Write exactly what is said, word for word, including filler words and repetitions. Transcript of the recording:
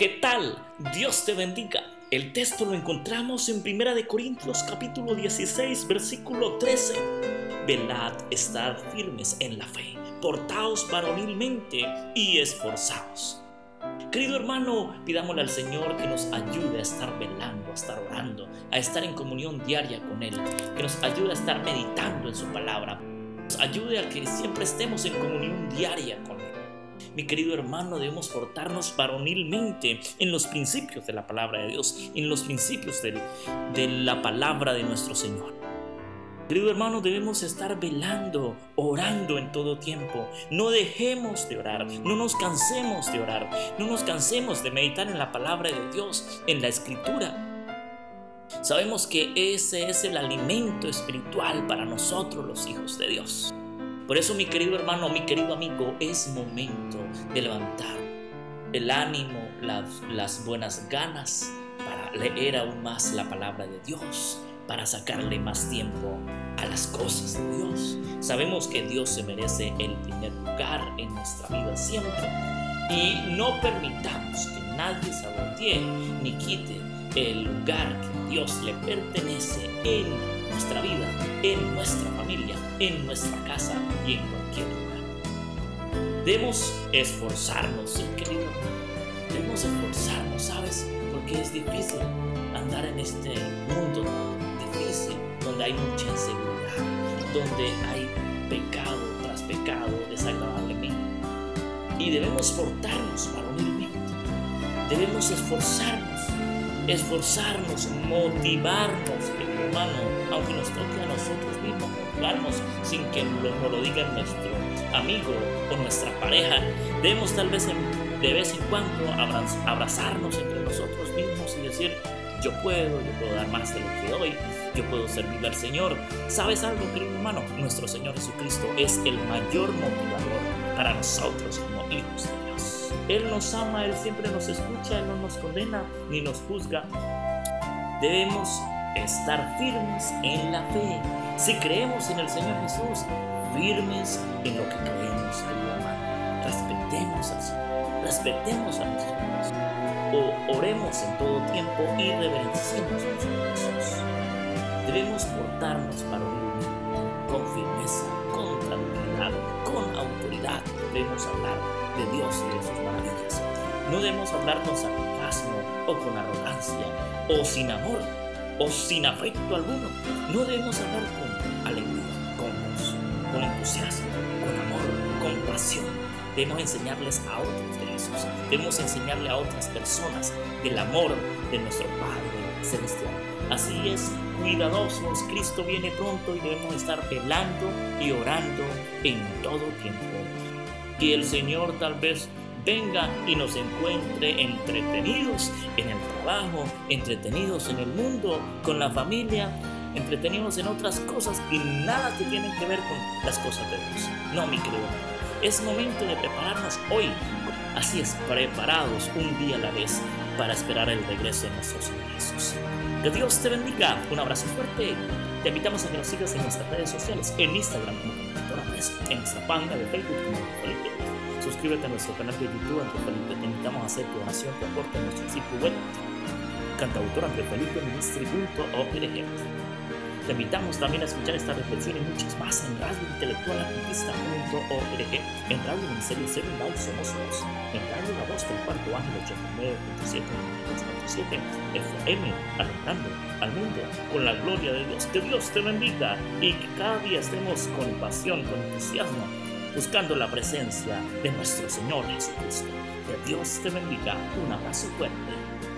¿Qué tal? Dios te bendiga. El texto lo encontramos en Primera de Corintios capítulo dieciséis, versículo trece. Velad, estad firmes en la fe, portaos varonilmente y esforzaos. Querido hermano, pidámosle al Señor que nos ayude a estar velando, a estar orando, a estar en comunión diaria con Él, que nos ayude a estar meditando en su palabra, nos ayude a que siempre estemos en comunión diaria con Él. Mi querido hermano, debemos portarnos varonilmente en los principios de la palabra de Dios, en los principios de, de la palabra de nuestro Señor. Querido hermano, debemos estar velando, orando en todo tiempo. No dejemos de orar, no nos cansemos de orar, no nos cansemos de meditar en la palabra de Dios, en la Escritura. Sabemos que ese es el alimento espiritual para nosotros los hijos de Dios. Por eso, mi querido hermano, mi querido amigo, es momento de levantar el ánimo, las, las buenas ganas para leer aún más la palabra de Dios, para sacarle más tiempo a las cosas de Dios. Sabemos que Dios se merece el primer lugar en nuestra vida siempre, y no permitamos que nadie sabotea ni quite el lugar que Dios le pertenece en nuestra vida, en nuestra familia, en nuestra casa y en cualquier lugar. Debemos esforzarnos, ¿sí, querido hermano? Debemos esforzarnos, ¿sabes? Porque es difícil andar en este mundo difícil, donde hay mucha inseguridad, donde hay pecado tras pecado desagradablemente. Y debemos portarnos varonilmente, debemos esforzarnos, esforzarnos, motivarnos, querido hermano, aunque nos toque a nosotros mismos motivarnos sin que nos lo, lo diga nuestro amigo o nuestra pareja. Debemos tal vez en, de vez en cuando abrazarnos entre nosotros mismos y decir: yo puedo, yo puedo dar más de lo que doy, yo puedo servirle al Señor. ¿Sabes algo, querido hermano? Nuestro Señor Jesucristo es el mayor motivador para nosotros como hijos de Dios. Él nos ama, Él siempre nos escucha, Él no nos condena ni nos juzga. Debemos estar firmes en la fe. Si creemos en el Señor Jesús, firmes en lo que creemos, querido hermano. Respetemos al Señor, respetemos a nuestro Dios. O oremos en todo tiempo y reverenciemos al Señor Jesús. Debemos portarnos varonilmente, con firmeza, con tranquilidad, con autoridad. Debemos hablar de Dios y de sus maravillas. No debemos hablar con sarcasmo o con arrogancia o sin amor o sin afecto alguno. No debemos hablar con alegría, con gozo, con entusiasmo, con amor, con pasión. Debemos enseñarles a otros de Jesús. Debemos enseñarle a otras personas del amor de nuestro Padre Celestial. Así es, cuidadosos, Cristo viene pronto y debemos estar velando y orando en todo tiempo. Y el Señor tal vez venga y nos encuentre entretenidos en el trabajo, entretenidos en el mundo, con la familia, entretenidos en otras cosas y nada que tienen que ver con las cosas de Dios. No, mi querido hermano. Es momento de prepararnos hoy, así es, preparados un día a la vez para esperar el regreso de nuestro Señor Jesús. Que Dios te bendiga, un abrazo fuerte. Te invitamos a que nos sigas en nuestras redes sociales, en Instagram como Cantautor Andrés, en nuestra página de Facebook como Felipe. Suscríbete a nuestro canal de YouTube, Andrés Felipe. Te invitamos a hacer tu donación, tu aporte en nuestro sitio web, cantautor andrés felipe ministry punto org. Te invitamos también a escuchar esta reflexión y muchas más en radio intelectual adventista punto org, en Radio Ministerio Seven Live Somos Dos, en Radio La Voz del Cuarto Ángel ochenta y nueve punto siete, noventa y dos punto siete, F M, alumbrando al mundo con la gloria de Dios. Que Dios te bendiga y que cada día estemos con pasión, con entusiasmo, buscando la presencia de nuestro Señor Jesucristo. Que Dios te bendiga. Un abrazo fuerte.